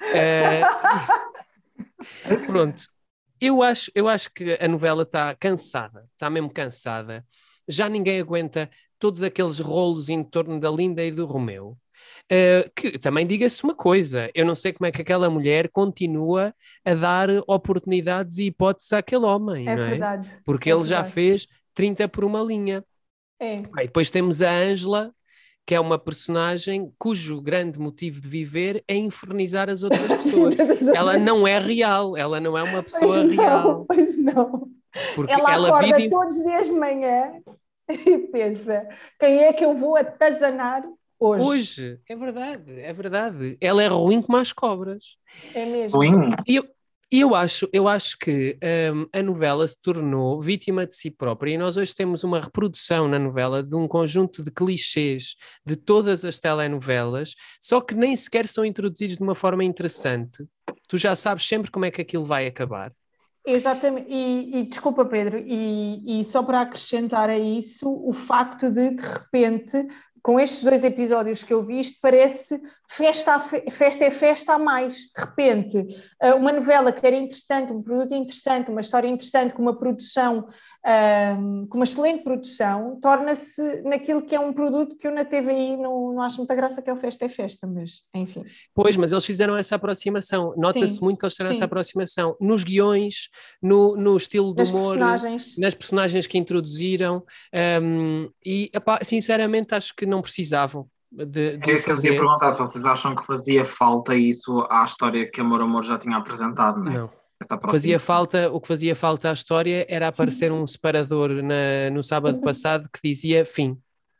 uh, pronto. Eu acho, eu acho que a novela está cansada, está mesmo cansada. Já ninguém aguenta todos aqueles rolos em torno da Linda e do Romeu. Uh, que também diga-se uma coisa, eu não sei como é que aquela mulher continua a dar oportunidades e hipóteses àquele homem, é não é? Verdade. Porque é ele verdade. já fez trinta por uma linha. É. E depois temos a Ângela, que é uma personagem cujo grande motivo de viver é infernizar as outras pessoas. Ela não é real, ela não é uma pessoa pois real. Não, pois não. Porque ela, ela acorda vive... todos os dias de manhã e pensa, quem é que eu vou atazanar hoje? Hoje, é verdade, é verdade. Ela é ruim como as cobras. É mesmo. Ruim? E eu, eu, acho, eu acho que um, a novela se tornou vítima de si própria e nós hoje temos uma reprodução na novela de um conjunto de clichês de todas as telenovelas, só que nem sequer são introduzidos de uma forma interessante. Tu já sabes sempre como é que aquilo vai acabar. Exatamente, e, e desculpa Pedro, e, e só para acrescentar a isso, o facto de, de repente, com estes dois episódios que eu vi, isto parece festa, a fe... festa é festa a mais, de repente, uma novela que era interessante, um produto interessante, uma história interessante, com uma produção, um, com uma excelente produção, torna-se naquilo que é um produto que eu na T V I não, não acho muita graça, que é o Festa é Festa, mas enfim. Pois, mas eles fizeram essa aproximação, nota-se sim, muito que eles fizeram sim. essa aproximação, nos guiões, no, no estilo do nas humor, personagens. nas personagens que introduziram, um, e epá, sinceramente acho que não precisavam de, de é isso que eu ia perguntar, se vocês acham que fazia falta isso à história que Amor Amor já tinha apresentado, não é? Não. Fazia falta, o que fazia falta à história era aparecer um separador na, no sábado passado que dizia fim.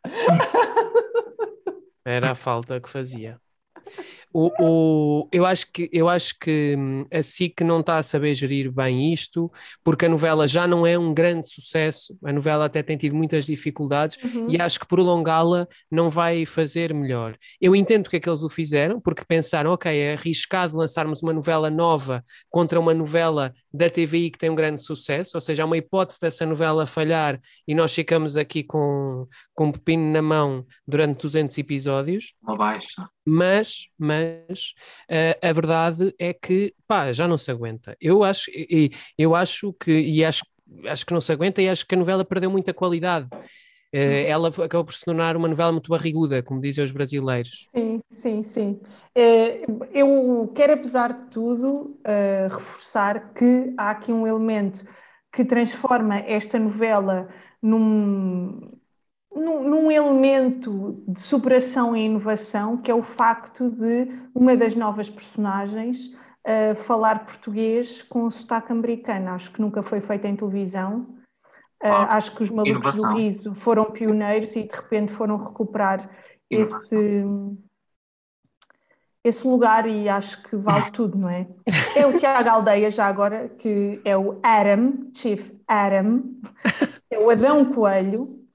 Era a falta que fazia. O, o, eu acho que, eu acho que a S I C não está a saber gerir bem isto, porque a novela já não é um grande sucesso, a novela até tem tido muitas dificuldades Uhum. e acho que prolongá-la não vai fazer melhor. Eu entendo porque é que eles o fizeram, porque pensaram, ok, é arriscado lançarmos uma novela nova contra uma novela da T V I que tem um grande sucesso, ou seja, há uma hipótese dessa novela falhar e nós ficamos aqui com, com um pepino na mão durante duzentos episódios. Uma baixa. Mas, mas uh, a verdade é que pá, já não se aguenta. Eu acho, e, eu acho que, e acho, acho que não se aguenta e acho que a novela perdeu muita qualidade. Uh, ela acabou por se tornar uma novela muito barriguda, como dizem os brasileiros. Sim, sim, sim. Uh, eu quero, apesar de tudo, uh, reforçar que há aqui um elemento que transforma esta novela num... Num, num elemento de superação e inovação, que é o facto de uma das novas personagens uh, falar português com sotaque americano. Acho que nunca foi feito em televisão. Uh, ah, acho que os Malucos inovação. do Riso foram pioneiros e de repente foram recuperar esse, esse lugar e acho que vale tudo, não é? É o Tiago Aldeia, já agora, que é o Adam, Chief Adam, é o Adão Coelho.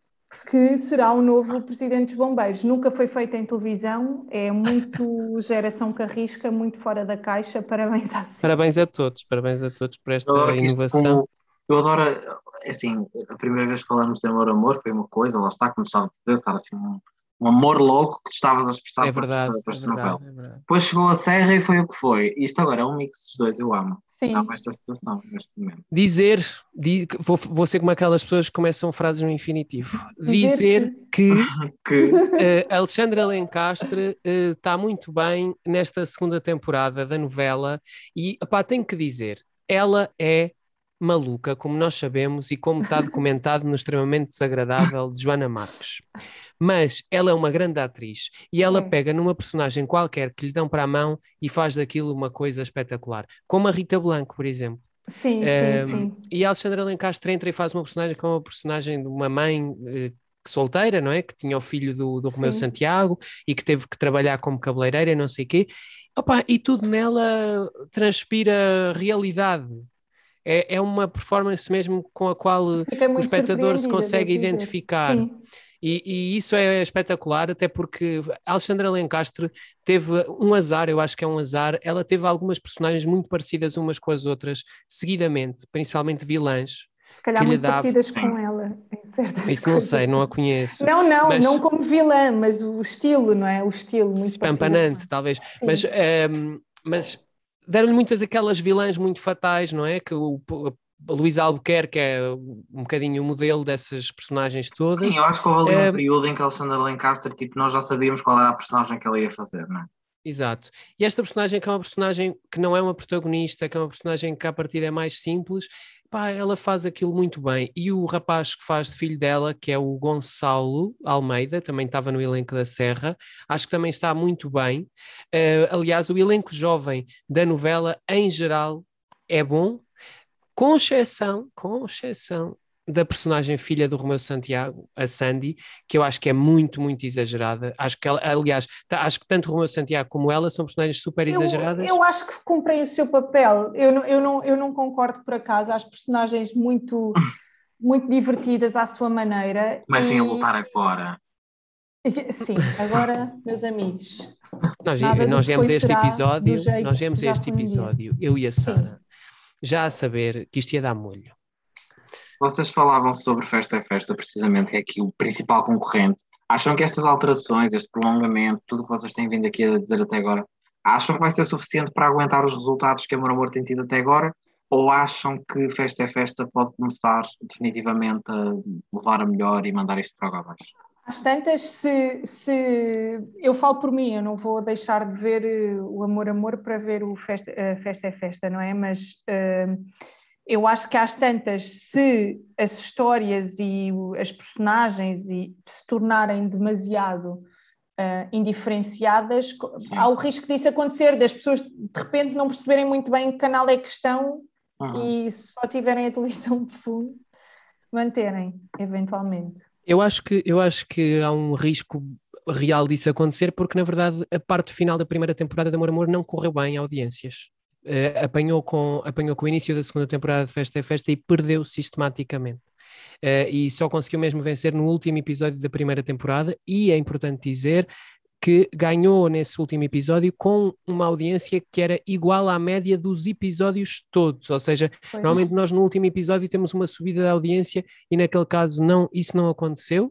que será o novo presidente dos bombeiros. Nunca foi feito em televisão, é muito geração carrisca, muito fora da caixa. Parabéns à C I C. Parabéns a todos, parabéns a todos por esta Eu adoro que isto, inovação. como, eu adoro, é assim, a primeira vez que falamos de amor, amor foi uma coisa, lá está, como estava a dizer, estar assim, um, um amor logo que tu estavas a expressar É para verdade, esta, para é esta verdade, novela. é verdade. Depois chegou a Serra e foi o que foi. Isto agora é um mix dos dois, eu amo. Sim. Amo esta situação, neste momento. Dizer, di- vou, vou ser como aquelas pessoas que começam frases no infinitivo. Dizer Dizer que Que, Uh, Alexandra Lencastre uh, está muito bem nesta segunda temporada da novela e, epá, tenho que dizer, ela é maluca, como nós sabemos e como está documentado no Extremamente Desagradável de Joana Marques. Mas ela é uma grande atriz e ela É. pega numa personagem qualquer que lhe dão para a mão e faz daquilo uma coisa espetacular. Como a Rita Blanco, por exemplo. Sim, sim, Um, sim. e a Alexandra Lencastre entra e faz uma personagem que é uma personagem de uma mãe eh, solteira, não é? Que tinha o filho do, do Romeu Sim. Santiago e que teve que trabalhar como cabeleireira e não sei o quê. Opa, e tudo nela transpira realidade. É, é uma performance mesmo com a qual eh, Fiquei o muito espectador se surpreendida, consegue devo dizer. identificar. Sim. E, e isso é espetacular, até porque a Alexandra Lencastre teve um azar, eu acho que é um azar, ela teve algumas personagens muito parecidas umas com as outras, seguidamente, principalmente vilãs, Se calhar que lhe muito dava... parecidas com ela em certas Isso não coisas. sei, não a conheço. Não, não, Mas- não como vilã, mas o estilo, não é? O estilo muito Espampanante, parecido. talvez. Sim. Mas, ehm, mas deram-lhe muitas aquelas vilãs muito fatais, não é? Que o, a Luísa Albuquerque é um bocadinho o modelo dessas personagens todas. sim, eu acho que houve ali um Eh, período em que a Alexandra Lencastre, tipo, nós já sabíamos qual era a personagem que ela ia fazer, não é? Exato. E esta personagem que é uma personagem que não é uma protagonista, que é uma personagem que à partida é mais simples, pá, ela faz aquilo muito bem. E o rapaz que faz de filho dela, que é o Gonçalo Almeida, também estava no elenco da Serra, acho que também está muito bem. Eh, aliás, o elenco jovem da novela, em geral, é bom, com exceção, com exceção da personagem filha do Romeu Santiago, a Sandy, que eu acho que é muito, muito exagerada. Acho que ela, aliás, tá- acho que tanto o Romeu Santiago como ela são personagens super Eu, exageradas. eu acho que cumprem o seu papel. Eu não, eu não, eu não concordo por acaso. As personagens muito, muito divertidas à sua maneira. Comecem e... a lutar agora. Sim, agora, meus amigos, Nós, nada do nós que viemos foi a este será do episódio, jeito nós que viemos a já este foi um dia. episódio, eu e a Sim. Sara, já a saber que isto ia dar molho. Vocês falavam sobre Festa é Festa, precisamente, que é aqui o principal concorrente. Acham que estas alterações, este prolongamento, tudo o que vocês têm vindo aqui a dizer até agora, acham que vai ser suficiente para aguentar os resultados que Amor Amor tem tido até agora? Ou acham que Festa é Festa pode começar definitivamente a levar a melhor e mandar isto para água abaixo? Às tantas, se, se eu falo por mim, eu não vou deixar de ver eh, o Amor Amor para ver o Festa, a Festa é Festa, não é? Mas eh, eu acho que às tantas, se as histórias e o- as personagens e se tornarem demasiado eh, indiferenciadas, co- Sim. há o risco disso acontecer, das pessoas de repente não perceberem muito bem que canal é que estão Uhum. e se só tiverem a televisão de fundo, manterem, eventualmente. Eu acho que, eu acho que há um risco real disso acontecer, porque na verdade a parte final da primeira temporada de Amor Amor não correu bem em audiências. Eh, apanhou com, apanhou com o início da segunda temporada de Festa é Festa e perdeu sistematicamente. Eh, e só conseguiu mesmo vencer no último episódio da primeira temporada, e é importante dizer que ganhou nesse último episódio com uma audiência que era igual à média dos episódios todos, ou seja, Pois. normalmente nós no último episódio temos uma subida da audiência e naquele caso não, isso não aconteceu.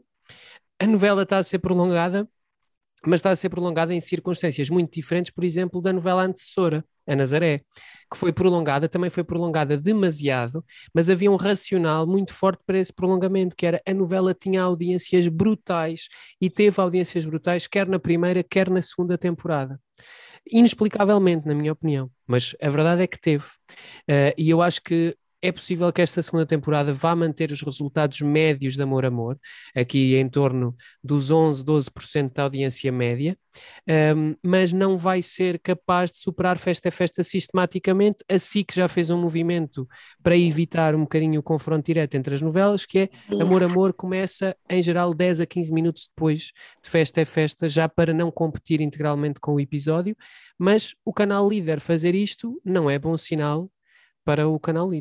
A novela está a ser prolongada, mas está a ser prolongada em circunstâncias muito diferentes, por exemplo, da novela antecessora, A Nazaré, que foi prolongada, também foi prolongada demasiado, mas havia um racional muito forte para esse prolongamento, que era a novela tinha audiências brutais, e teve audiências brutais quer na primeira, quer na segunda temporada. Inexplicavelmente, na minha opinião, mas a verdade é que teve. Uh, e eu acho que é possível que esta segunda temporada vá manter os resultados médios de Amor Amor, aqui em torno dos onze, doze por cento da audiência média, um, mas não vai ser capaz de superar Festa é Festa sistematicamente. A S I C já fez um movimento para evitar um bocadinho o confronto direto entre as novelas, que é Amor Amor começa em geral dez a quinze minutos depois de Festa é Festa, já para não competir integralmente com o episódio, mas o canal líder fazer isto não é bom sinal para o canal líder.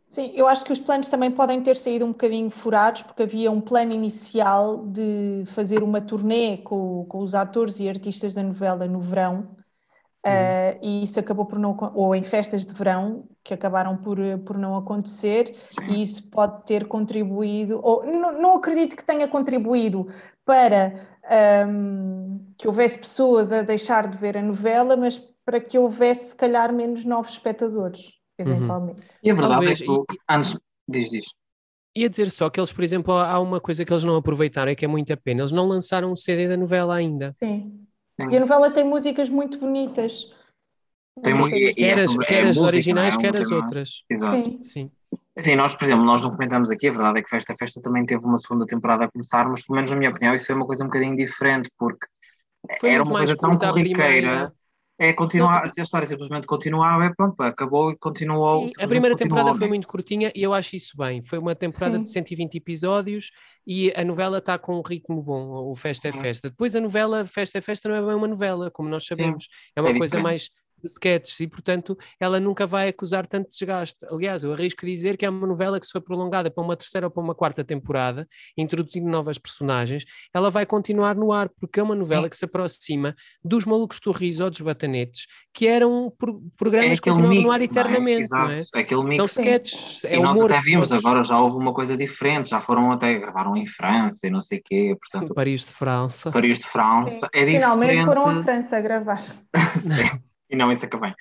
Sim, eu acho que os planos também podem ter saído um bocadinho furados, porque havia um plano inicial de fazer uma turnê com, com os atores e artistas da novela no verão, uhum. uh, e isso acabou por não, ou em festas de verão, que acabaram por, por não acontecer, Sim. e isso pode ter contribuído, ou não, não acredito que tenha contribuído para um, que houvesse pessoas a deixar de ver a novela, mas para que houvesse, se calhar, menos novos espectadores. Eventualmente. Uhum. E a verdade Talvez, é que, e, antes, diz, diz. Ia dizer só que eles, por exemplo, há uma coisa que eles não aproveitaram e que é muito a pena, eles não lançaram o C D da novela ainda. Sim, Sim. e a novela tem músicas muito bonitas. Tem Sim, e, quer as, é, quer é as música, originais, é? quer as tema... outras. Exato. Sim. Sim. Assim, nós, por exemplo, nós não comentamos aqui, a verdade é que Festa Festa também teve uma segunda temporada a começar, mas pelo menos na minha opinião isso foi uma coisa um bocadinho diferente, porque foi era uma coisa tão corriqueira. É continuar, não, se a história simplesmente continuava, é pronto, acabou e continuou. Sim, a primeira temporada foi muito curtinha e eu acho isso bem. Foi uma temporada Sim. de cento e vinte episódios e a novela está com um ritmo bom, o Festa é Festa. Depois a novela, Festa é Festa, não é bem uma novela, como nós sabemos. Sim. É uma é coisa mais de sketches e, portanto, ela nunca vai acusar tanto desgaste. Aliás, eu arrisco dizer que é uma novela que se foi prolongada para uma terceira ou para uma quarta temporada, introduzindo novas personagens, ela vai continuar no ar, porque é uma novela Sim. que se aproxima dos Malucos do Riso ou dos Batanetes, que eram pro- programas é que continuam mix, no ar eternamente, não é? Exato, é aquele mix. São sketches, é e nós humor. até vimos, podes... agora já houve uma coisa diferente, já foram até, gravaram em França e não sei o quê, portanto... Paris de França. Paris de França, Sim. é diferente. Finalmente foram a França a gravar. E não, isso acabei.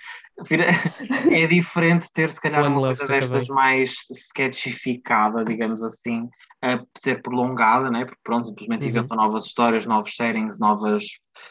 É diferente ter, se calhar, One uma coisa destas mais sketchificada, digamos assim, a ser prolongada, né? Porque pronto, simplesmente uhum. inventam novas histórias, novos settings, novas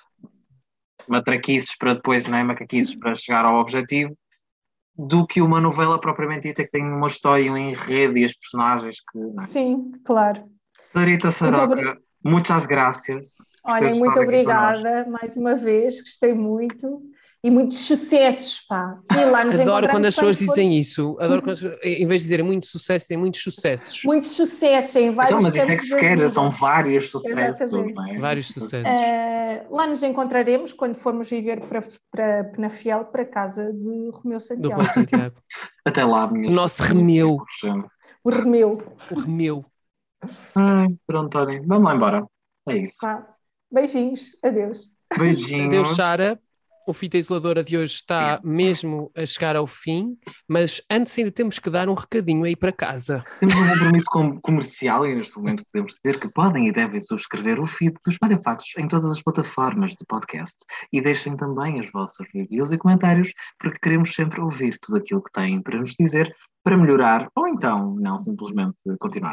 matraquices para depois, né? Macaquices para chegar ao objetivo, do que uma novela propriamente dita que tem uma história e um enredo e as personagens que... Né? Sim, claro. Sarita Saroca, muito muitas graças. Olhem, muito obrigada mais uma vez, gostei muito. E muitos sucessos, pá. E lá nos Adoro quando as pessoas for... dizem isso. Adoro quando as pessoas, em vez de dizerem muitos sucessos, é muitos sucessos. Muitos sucessos em vários Então, mas isso é que se quer, são vários sucessos. Não é? Vários sucessos. Uh, lá nos encontraremos quando formos viver para, para Penafiel, para a casa de Romeu Santiago. Do Romeu Santiago. Até lá, minha O nosso Remeu. O Remeu. O Remeu. Ai, pronto, olhem. Vamos lá embora. É isso. Ah, beijinhos. Adeus. Beijinhos. Adeus, Sara. O Fita Isoladora de hoje está mesmo a chegar ao fim, mas antes ainda temos que dar um recadinho aí para casa. Temos um compromisso com comercial e neste momento podemos dizer que podem e devem subscrever o feed dos Espalha Factos em todas as plataformas de podcast e deixem também as vossas reviews e comentários, porque queremos sempre ouvir tudo aquilo que têm para nos dizer, para melhorar ou então não simplesmente continuar.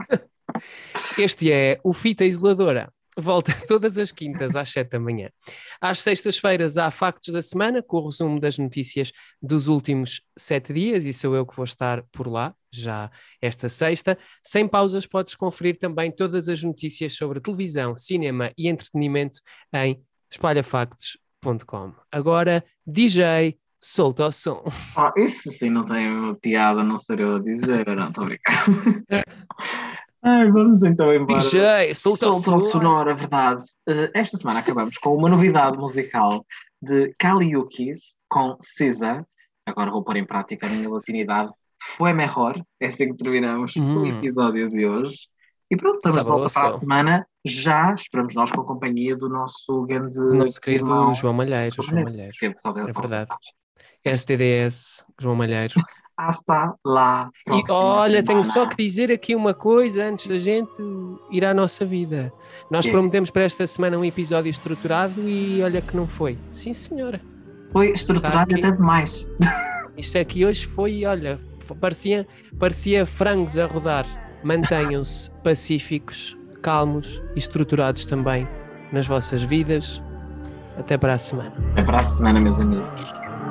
Este é o Fita Isoladora. Volta todas as quintas às sete da manhã. Às sextas-feiras há Factos da Semana, com o resumo das notícias dos últimos sete dias, e sou eu que vou estar por lá, já esta sexta. Sem pausas podes conferir também todas as notícias sobre televisão, cinema e entretenimento em espalha factos ponto com. Agora, D J, solta o som. Oh, isso sim não tem uma piada, não ser eu a dizer, não estou a brincar. Ai, vamos então embora. D J, solta, solta o sonoro, é verdade. Uh, esta semana acabamos com uma novidade musical de Kaliukis com Cisa. Agora vou pôr em prática a minha latinidade. Foi melhor. É assim que terminamos hum. o episódio de hoje. E pronto, estamos de volta para a semana. Já esperamos nós com a companhia do nosso grande nosso querido irmão, João Malheiro. João Malheiro. Malheiro. É verdade. S D D S, João Malheiro. Hasta lá. E olha, semana. Tenho só que dizer aqui uma coisa antes da gente ir à nossa vida. Nós que? prometemos para esta semana um episódio estruturado e olha que não foi. Sim, senhora. Foi estruturado até demais. Isto aqui hoje foi, olha, parecia, parecia frangos a rodar. Mantenham-se pacíficos, calmos e estruturados também nas vossas vidas. Até para a semana. Até para a semana, meus amigos.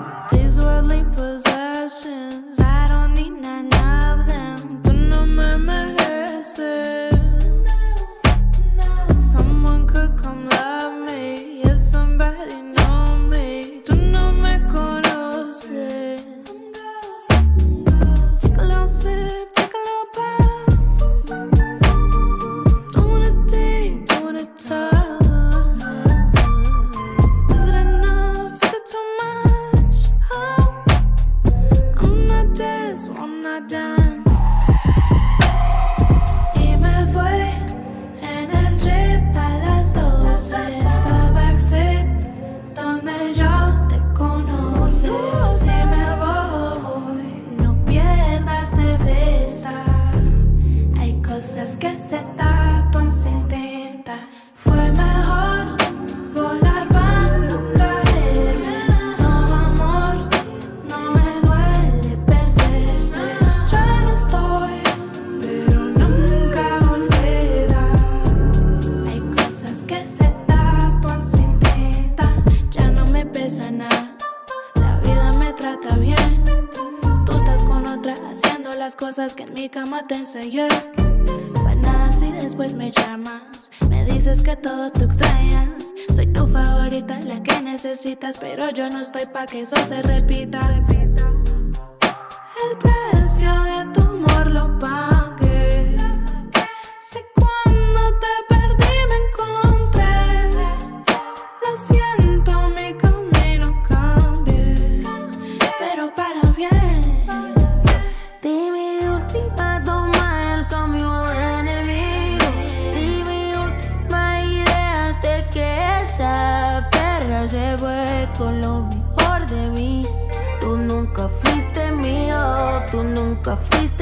I don't need none of them. Tú no me mereces. Someone could come love me if somebody know me. Tú no me conoces. Take a little sip, take a little puff. Don't wanna think, don't wanna talk. Is it enough? Is it too much? Oh. not done. Y me fui en el jeep a las doce, the backseat donde yo te conocí. Si me voy, no pierdas de vista. Hay cosas que se tatúan sin tinta. Fue mejor volar para no caer. No, amor, no me duele perderte. Ya no estoy, pero nunca olvidas. Hay cosas que se tatúan sin tinta. Ya no me pesa nada, la vida me trata bien. Tú estás con otra haciendo las cosas que en mi cama te enseñé. Pa' nada si después me llamas, me dices que todo tú extrañas. Soy tu favorita, la que necesitas, pero yo no estoy pa' que eso se repita. El precio de tu amor lo pagué. Si cuando te perdí me encontré. Lo siento, mi camino cambié, pero para bien. Di mi última toma, el cambio de enemigo. Di mi última idea de que esa perra se fue con lo mejor de mí. Tú nunca fuiste mío, tú nunca fuiste